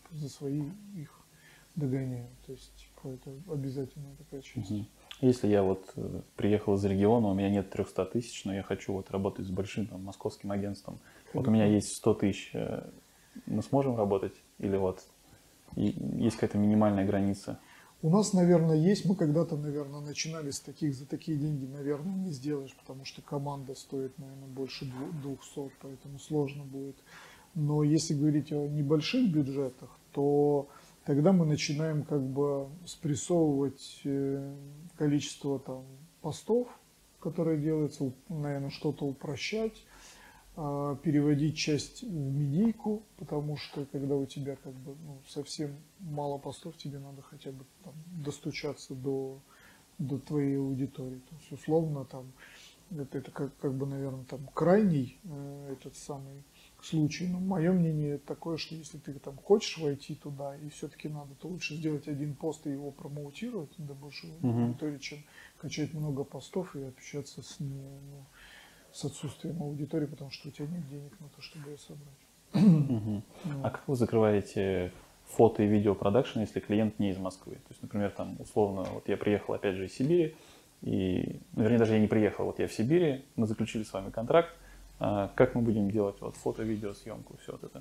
S2: за свои их догоняем. То есть типа, это обязательная такая часть.
S1: Угу. Если я вот э, приехал из региона, у меня нет трехсот тысяч, но я хочу вот работать с большим там, московским агентством.
S2: Хорошо.
S1: Вот у меня есть сто тысяч, э, мы сможем работать? Или вот и, есть какая-то минимальная граница?
S2: У нас, наверное, есть. Мы когда-то, наверное, начинали с таких, за такие деньги, наверное, не сделаешь, потому что команда стоит, наверное, больше двухсот, поэтому сложно будет. Но если говорить о небольших бюджетах, то тогда мы начинаем как бы спрессовывать количество там постов, которые делаются, наверное, что-то упрощать, переводить часть в медийку, потому что когда у тебя как бы ну, совсем мало постов, тебе надо хотя бы там, достучаться до, до твоей аудитории. То есть условно там это, это как, как бы, наверное, там крайний э, этот самый случай. Но мое мнение такое, что если ты там хочешь войти туда и все-таки надо, то лучше сделать один пост и его промоутировать до большой
S1: Uh-huh.
S2: аудитории, чем качать много постов и общаться с не, ну, с отсутствием аудитории, потому что у тебя нет денег на то, чтобы ее собрать.
S1: Угу. Ну. А как вы закрываете фото и видео продакшн, если клиент не из Москвы? То есть, например, там условно, вот я приехал опять же из Сибири, и, ну, вернее, даже я не приехал, вот я в Сибири, мы заключили с вами контракт, а как мы будем делать вот фото, видео, съемку, все вот это?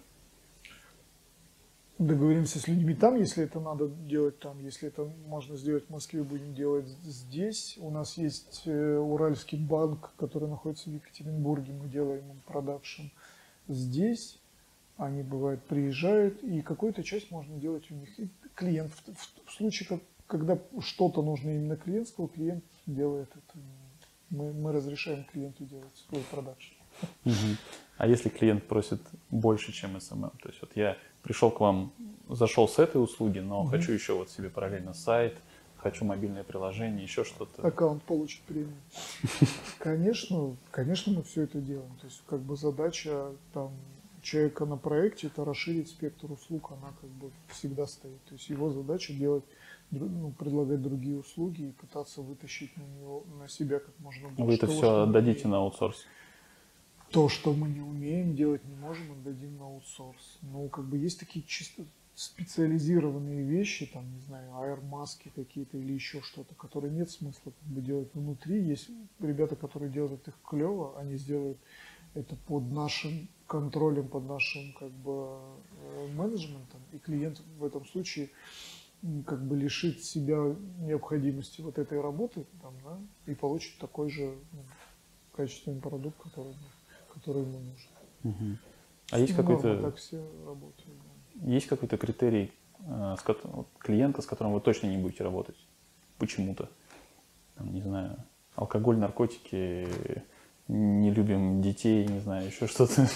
S2: Договоримся с людьми там, если это надо делать там, если это можно сделать в Москве, будем делать здесь. У нас есть э, Уральский банк, который находится в Екатеринбурге, мы делаем им продакшн здесь. Они, бывает, приезжают, и какую-то часть можно делать у них. И клиент, в, в, в случае, как, когда что-то нужно именно клиентского, клиент делает это. Мы, мы разрешаем клиенту делать свой продакшн.
S1: Угу. А если клиент просит больше, чем эс эм эм? То есть вот я пришел к вам, зашел с этой услуги, но угу. хочу еще вот себе параллельно сайт, хочу мобильное приложение, еще что-то.
S2: Аккаунт получит премию. Конечно, конечно, мы все это делаем. То есть как бы задача там человека на проекте это расширить спектр услуг, она как бы всегда стоит. То есть его задача делать, ну, предлагать другие услуги и пытаться вытащить на него, на себя как можно больше.
S1: Вы это
S2: того,
S1: все отдадите на аутсорс?
S2: То, что мы не умеем делать, не можем, отдадим на аутсорс. Ну, как бы есть такие чисто специализированные вещи, там, не знаю, аэромаски какие-то или еще что-то, которые нет смысла как бы делать внутри. Есть ребята, которые делают их клево, они сделают это под нашим контролем, под нашим как бы менеджментом, и клиент в этом случае как бы лишит себя необходимости вот этой работы там, да, и получит такой же ну, качественный продукт, который, который ему нужен.
S1: Угу. А есть какой-то
S2: так все работают, да.
S1: Есть какой-то критерий э, с которым, клиента, с которым вы точно не будете работать? Почему-то. Там, не знаю, алкоголь, наркотики, не любим детей, не знаю, еще что-то.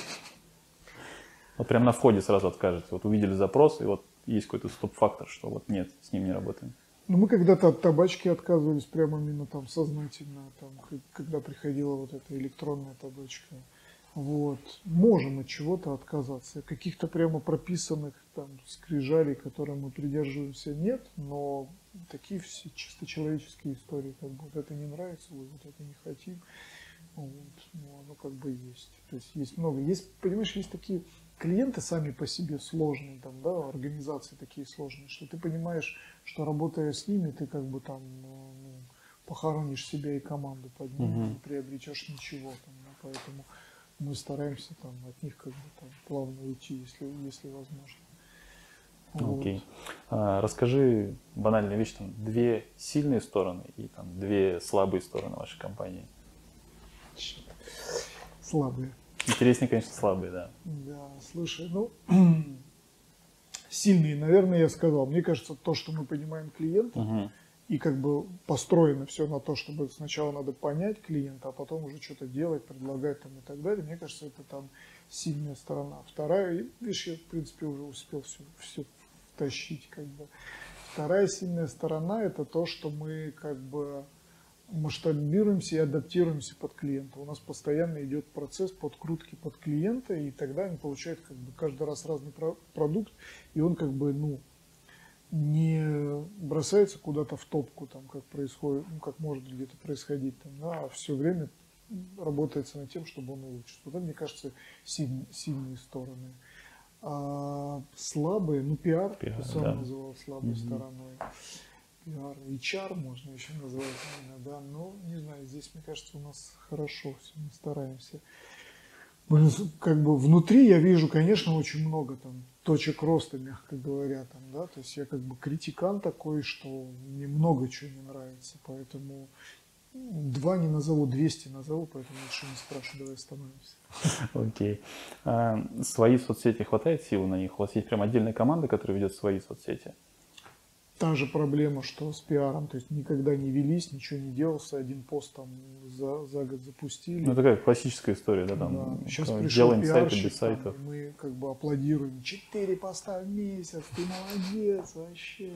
S1: Вот прям на входе сразу откажете. Вот увидели запрос, и вот есть какой-то стоп-фактор, что вот нет, с ним не работаем.
S2: Ну, мы когда-то от табачки отказывались прямо именно там сознательно, там, когда приходила вот эта электронная табачка. Вот. Можем от чего-то отказаться. Каких-то прямо прописанных там скрижалей, которым мы придерживаемся, нет, но такие все чисто человеческие истории, как бы вот это не нравится, вот это не хотим. Вот. Ну, оно как бы есть. То есть есть много. Есть, понимаешь, есть такие клиенты сами по себе сложные, там, да, организации такие сложные, что ты понимаешь, что работая с ними, ты как бы там ну, похоронишь себя и команду под ними, uh-huh. не приобретешь ничего. Там, да, поэтому мы стараемся там, от них как бы там, плавно уйти, если, если возможно.
S1: Окей. Okay.
S2: Вот.
S1: А, расскажи банальную вещь, там, две сильные стороны и там, две слабые стороны вашей компании.
S2: Слабые.
S1: Интереснее, конечно, слабые, да.
S2: Да, слушай, ну, сильные, наверное, я сказал. Мне кажется, то, что мы понимаем клиента, uh-huh. и как бы построено все на то, чтобы сначала надо понять клиента, а потом уже что-то делать, предлагать там и так далее. Мне кажется, это там сильная сторона. Вторая, видишь, я, в принципе, уже успел все, все втащить, как бы. Вторая сильная сторона – это то, что мы как бы масштабируемся и адаптируемся под клиента. У нас постоянно идет процесс подкрутки под клиента, и тогда он получает как бы каждый раз разный про- продукт, и он как бы, ну, не бросается куда-то в топку, там, как происходит, ну, как может где-то происходить, там, да, а все время работается над тем, чтобы он улучшился. Вот это, мне кажется, сильные, сильные стороны. А слабые, ну пиар,
S1: Пиар,
S2: ты сам
S1: да.
S2: называл слабой
S1: Мгм.
S2: стороной. Пиар, эйч ар можно еще назвать, наверное, да. Но не знаю, здесь, мне кажется, у нас хорошо все, мы стараемся. Мы с- как бы внутри я вижу, конечно, очень много там точек роста, мягко говоря, там, да. То есть я как бы критикан такой, что мне много чего не нравится, поэтому два не назову, двести назову, поэтому лучше не спрашивай, давай остановимся.
S1: Окей. А, свои соцсети, хватает силы на них? У вас есть прям отдельная команда, которая ведет свои соцсети?
S2: Та же проблема, что с пиаром, то есть никогда не велись, ничего не делался, один пост там за, за год запустили.
S1: Ну, такая классическая история, да,
S2: Да.
S1: там
S2: Сейчас
S1: к-
S2: пришел
S1: делаем сайты
S2: пиарщик,
S1: без
S2: там,
S1: сайтов.
S2: и мы как бы аплодируем, четыре поста в месяц, ты молодец вообще.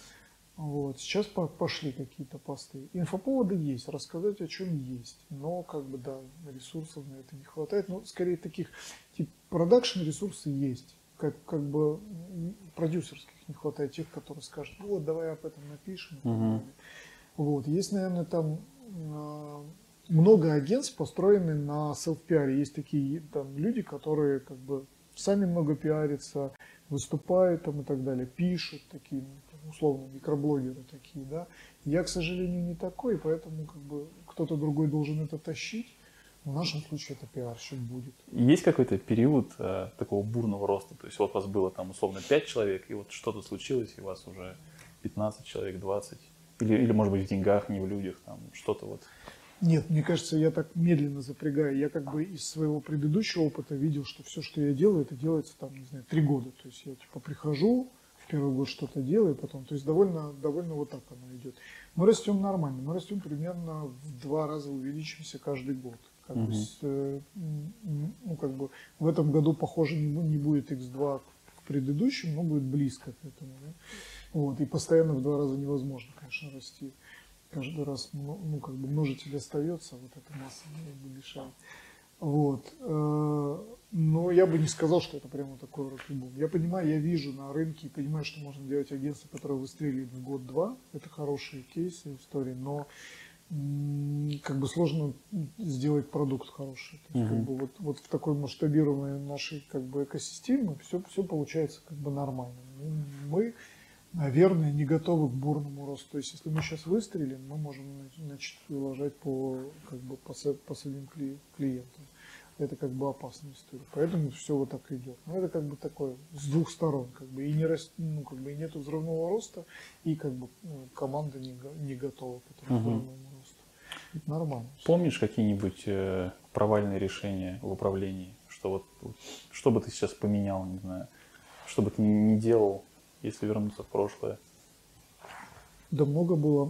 S2: Вот. Сейчас по- пошли какие-то посты. Инфоповоды есть, рассказать о чем есть, но как бы да, ресурсов на это не хватает. Ну, скорее таких, типа, продакшн ресурсы есть, как, как бы м, продюсерских не хватает, тех, которые скажут, вот, давай об этом напишем и так
S1: Мгм.
S2: далее. Вот. Есть, наверное, там а, много агентств построены на селф-пиаре. Есть такие там люди, которые как бы сами много пиарятся, выступают там и так далее, пишут такие, ну, там, условно, микроблогеры такие, да. Я, к сожалению, не такой, поэтому как бы кто-то другой должен это тащить. В нашем случае это пиарщик будет.
S1: Есть какой-то период э, такого бурного роста? То есть вот у вас было там условно пять человек, и вот что-то случилось, и у вас уже пятнадцать человек, двадцать? Или, или может быть в деньгах, не в людях, там что-то вот.
S2: Нет, мне кажется, я так медленно запрягаю. Я как бы из своего предыдущего опыта видел, что все, что я делаю, это делается там, не знаю, три года. То есть я типа прихожу, в первый год что-то делаю, потом. То есть довольно, довольно вот так оно идет. Мы растем нормально. Мы растем примерно в два раза увеличимся каждый год. Как бы
S1: Мгм.
S2: с, э, м, ну, как бы в этом году, похоже, не, бу- не будет икс два к предыдущему, но будет близко к этому. Да? Вот, и постоянно в два раза невозможно, конечно, расти. Каждый раз, ну, ну, как бы множитель остается, вот эта масса не мешает. Вот. э, Но я бы не сказал, что это прямо такой рок-н-бум. Я понимаю, я вижу на рынке, понимаю, что можно делать агентство, которое выстрелит в год-два. Это хорошие кейсы, истории, но м, как бы сложно сделать продукт хороший. То есть, как
S1: Мгм.
S2: бы вот, вот в такой масштабируемой нашей как бы экосистеме все, все получается как бы нормально. Ну, Мы, наверное, не готовы к бурному росту. То есть, если мы сейчас выстрелим, мы можем начать выложить по, как бы, по, со- по своим кли- клиентам. Это как бы опасная история. Поэтому все вот так идет. Но это как бы такое с двух сторон. Как бы, и не рас- ну, как бы и нету взрывного роста, и как бы ну, команда не, го- не готова к этому
S1: Мгм.
S2: взрывному росту. Это нормально. всё.
S1: Помнишь какие-нибудь э, провальные решения в управлении? Что вот, вот, что бы ты сейчас поменял, не знаю, что бы ты не делал, если вернуться в прошлое?
S2: Да много было.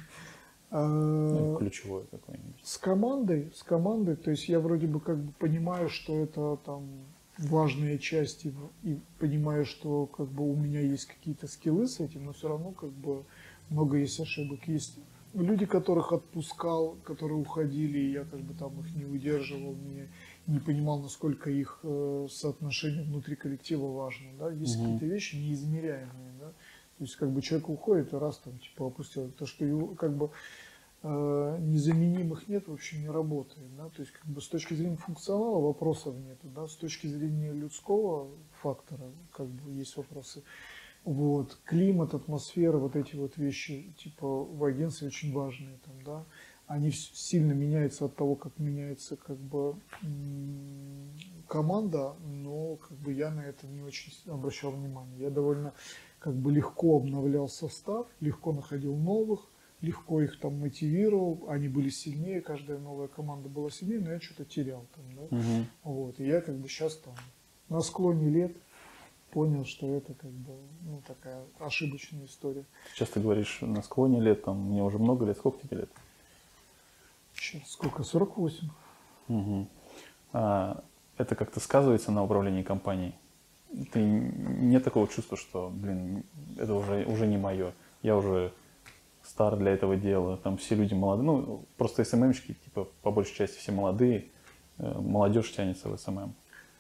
S1: Ну,
S2: А,
S1: ключевое какое-нибудь.
S2: С командой, с командой, то есть я вроде бы как бы понимаю, что это там важная часть, и, и понимаю, что как бы у меня есть какие-то скиллы с этим, но все равно как бы много есть ошибок. Есть люди, которых отпускал, которые уходили, и я как бы там их не выдерживал, не, не понимал, насколько их э, соотношение внутри коллектива важно. Да? Есть
S1: Мгм.
S2: какие-то вещи неизмеряемые. Да? То есть как бы человек уходит и раз там типа опустил. То, что его как бы э, незаменимых нет, вообще не работает. Да? То есть как бы с точки зрения функционала вопросов нет. Да? С точки зрения людского фактора как бы есть вопросы. Вот. Климат, атмосфера, вот эти вот вещи типа в агентстве очень важные. Там, да? Они вс- сильно меняются от того, как меняется как бы м, команда, но как бы я на это не очень с- обращал внимание. Я довольно как бы легко обновлял состав, легко находил новых, легко их там мотивировал, они были сильнее, каждая новая команда была сильнее, но я что-то терял там, да.
S1: Мгм.
S2: Вот, и я как бы сейчас там на склоне лет понял, что это как бы, ну, такая ошибочная история.
S1: Сейчас ты говоришь на склоне лет, там, мне уже много лет, сколько тебе лет?
S2: Сейчас сколько? сорок восемь.
S1: Мгм. А, это как-то сказывается на управлении компанией? Ты нет такого чувства, что, блин, это уже, уже не мое, я уже стар для этого дела, там все люди молодые, ну, просто эс эм эм-щики, типа, по большей части все молодые, э, молодежь тянется в эс эм эм.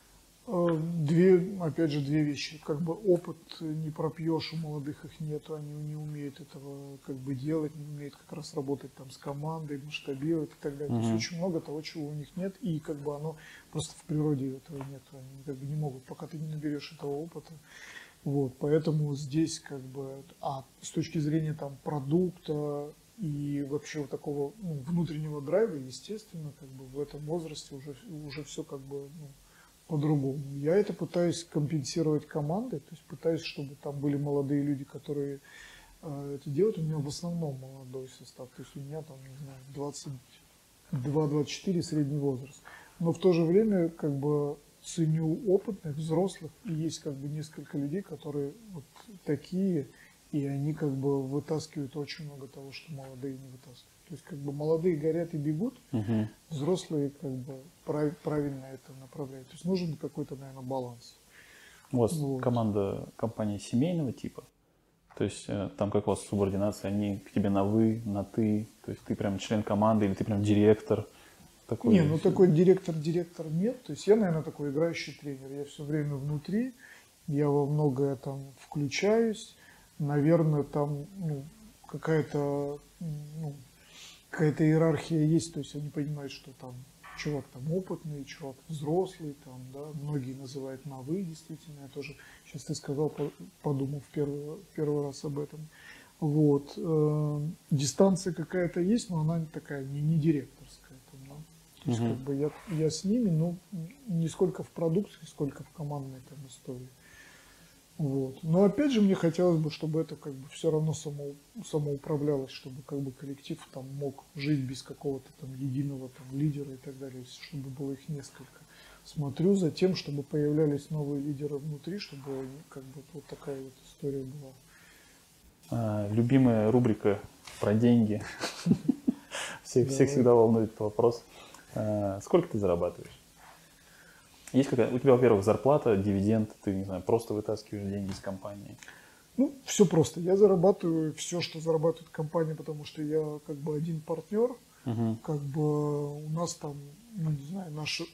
S2: Э, Две, опять же, две вещи. Как бы опыт не пропьешь, у молодых их нету, они не умеют этого как бы делать, не умеют как раз работать там с командой, масштабировать и так далее. То есть
S1: Мгм.
S2: очень много того, чего у них нет, и как бы оно просто в природе этого нет. Они как бы не могут, пока ты не наберешь этого опыта. Вот, поэтому здесь как бы, а с точки зрения там продукта и вообще вот такого ну, внутреннего драйва, естественно, как бы в этом возрасте уже, уже все как бы ну, по-другому. Я это пытаюсь компенсировать командой, то есть пытаюсь, чтобы там были молодые люди, которые э, это делают. У меня в основном молодой состав, то есть у меня там, не знаю, двадцать два двадцать четыре средний возраст. Но в то же время как бы ценю опытных, взрослых, и есть как бы несколько людей, которые вот такие, и они как бы вытаскивают очень много того, что молодые не вытаскивают. То есть как бы молодые горят и бегут,
S1: Мгм.
S2: взрослые как бы прав- правильно это направляют. То есть нужен какой-то, наверное, баланс.
S1: У вас
S2: Вот.
S1: команда компании семейного типа? То есть э, там как у вас субординация, они к тебе на вы, на ты, то есть ты прям член команды или ты прям директор такой?
S2: Не, ну такой директор-директор нет. То есть я, наверное, такой играющий тренер. Я все время внутри, я во многое там включаюсь. Наверное, там ну, какая-то ну, какая-то иерархия есть. То есть они понимают, что там чувак там опытный, чувак взрослый, там, да, многие называют на вы, действительно. Я тоже, сейчас ты сказал, по- подумал в первый, первый раз об этом. Вот. э, Дистанция какая-то есть, но она такая не, не директорская. Там, да. То есть как
S1: Мгм.
S2: бы я, я с ними, но не сколько в продукции, сколько в командной там истории. Вот. Но опять же мне хотелось бы, чтобы это как бы все равно само, самоуправлялось, чтобы как бы коллектив там мог жить без какого-то там единого там лидера и так далее, чтобы было их несколько. Смотрю за тем, чтобы появлялись новые лидеры внутри, чтобы они, как бы вот такая вот история была.
S1: А, любимая рубрика про деньги. Всех, всех
S2: Давай.
S1: всегда волнует этот вопрос. А, сколько ты зарабатываешь? Есть какая у тебя, во-первых, зарплата, дивиденд, ты, не знаю, просто вытаскиваешь деньги из компании?
S2: Ну, все просто. Я зарабатываю все, что зарабатывает компания, потому что я как бы один партнер.
S1: Мгм.
S2: Как бы у нас там, ну не знаю, наша,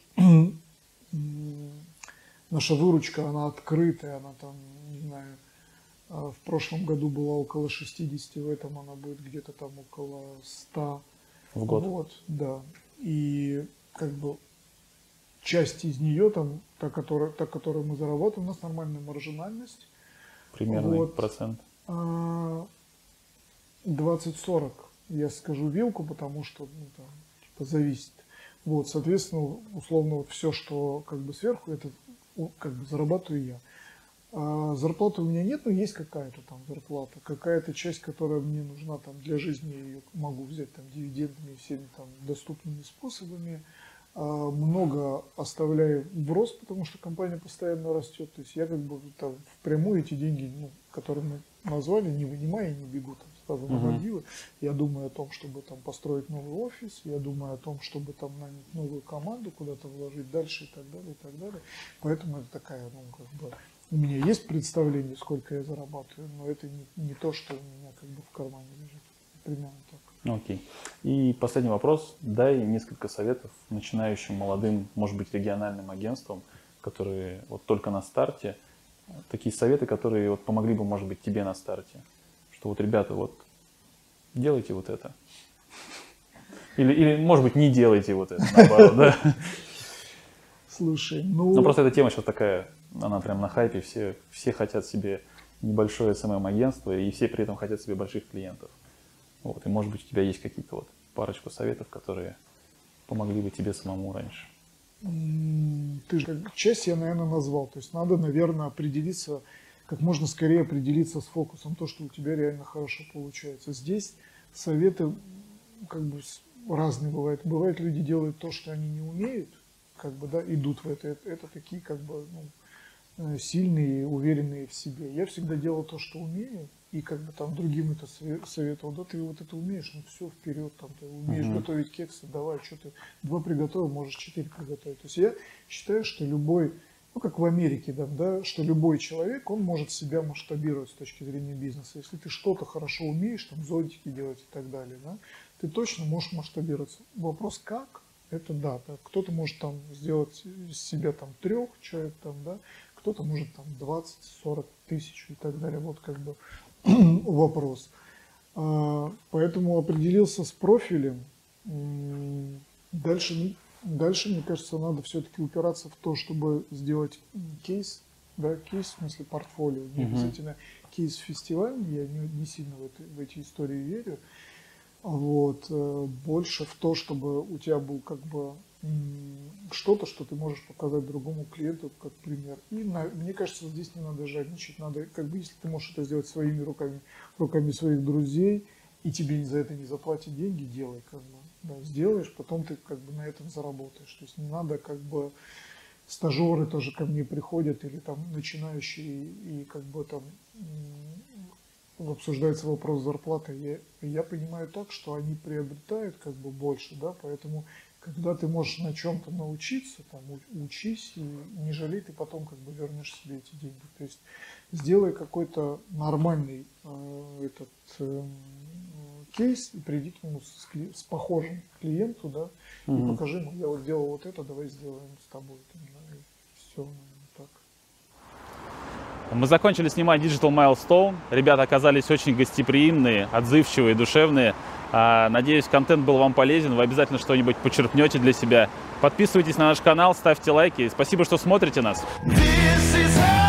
S2: наша выручка, она открытая, она там, не знаю, а, в прошлом году была около шестидесяти, в этом она будет где-то там около ста.
S1: В год?
S2: Вот, да. И как бы часть из нее, там, та, которая, та, которую мы зарабатываем, у нас нормальная маржинальность.
S1: Примерный
S2: Вот.
S1: процент.
S2: А, двадцать сорок, я скажу вилку, потому что ну, там, типа, зависит. Вот, соответственно, условно, вот все, что как бы сверху, это ну, как бы зарабатываю я. А зарплаты у меня нет, но есть какая-то там зарплата, какая-то часть, которая мне нужна там для жизни, я ее могу взять там дивидендами и всеми там доступными способами. А, много оставляю в рост, потому что компания постоянно растет. То есть я как бы там впрямую эти деньги, ну, которые мы назвали, не вынимая и не бегу там сразу на
S1: Мгм.
S2: Мальдивы. Я думаю о том, чтобы там построить новый офис, я думаю о том, чтобы там нанять новую команду, куда-то вложить дальше и так далее, и так далее. Поэтому это такая, ну, как бы, у меня есть представление, сколько я зарабатываю, но это не, не то, что у меня как бы в кармане лежит. Примерно так.
S1: Окей. И последний вопрос. Дай несколько советов начинающим молодым, может быть, региональным агентствам, которые вот только на старте. Такие советы, которые вот помогли бы, может быть, тебе на старте. Что вот, ребята, вот делайте вот это. Или, или может быть, не делайте вот это, наоборот, да?
S2: Слушай,
S1: Ну,
S2: ну,
S1: просто эта тема сейчас такая, она прям на хайпе, все, все хотят себе небольшое эс эм эм-агентство, и все при этом хотят себе больших клиентов. Вот, и может быть у тебя есть какие-то вот парочку советов, которые помогли бы тебе самому раньше.
S2: м, ты же как часть я, наверное, назвал. То есть надо, наверное, определиться, как можно скорее определиться с фокусом, то, что у тебя реально хорошо получается. Здесь советы как бы с- разные бывают. Бывает, люди делают то, что они не умеют, как бы, да, идут в это. Это, это такие, как бы, ну, э, сильные, уверенные в себе. Я всегда делал то, что умею, и как бы там другим это сове- советовал. Да, ты вот это умеешь, ну все, вперед, там, ты умеешь
S1: Мгм.
S2: готовить кексы, давай, что ты два приготовил, можешь четыре приготовить. То есть я считаю, что любой, ну как в Америке, да, да, что любой человек, он может себя масштабировать с точки зрения бизнеса. Если ты что-то хорошо умеешь, там зонтики делать и так далее, да, ты точно можешь масштабироваться. Вопрос как? Это да, да. Кто-то может там сделать из себя там трех человек, там, да, кто-то может там двадцать-сорок тысяч и так далее. Вот как бы вопрос. А, поэтому определился с профилем. Дальше, дальше, мне кажется, надо все-таки упираться в то, чтобы сделать кейс, да, кейс в смысле портфолио, не обязательно кейс фестивальный, я не, не сильно в, это, в эти истории верю. Вот, больше в то, чтобы у тебя был как бы что-то, что ты можешь показать другому клиенту как пример. И на, мне кажется, здесь не надо жадничать, надо, как бы, если ты можешь это сделать своими руками, руками своих друзей, и тебе за это не заплатят деньги, делай, как бы, да, сделаешь, потом ты как бы на этом заработаешь. То есть не надо как бы, стажеры тоже ко мне приходят или там начинающие и как бы там обсуждается вопрос зарплаты. Я, я понимаю так, что они приобретают как бы больше, да, поэтому когда ты можешь на чем-то научиться, там, учись и не жалей, ты потом как бы вернешь себе эти деньги. То есть сделай какой-то нормальный э, этот э, кейс и приди к нему с, с похожим клиенту, да, mm-hmm. и покажи ему, я вот делал вот это, давай сделаем с тобой. Там, да, и все, так.
S1: Мы закончили снимать Digital Milestone. Ребята оказались очень гостеприимные, отзывчивые, душевные. Надеюсь, контент был вам полезен. Вы обязательно что-нибудь почерпнете для себя. Подписывайтесь на наш канал, ставьте лайки. Спасибо, что смотрите нас.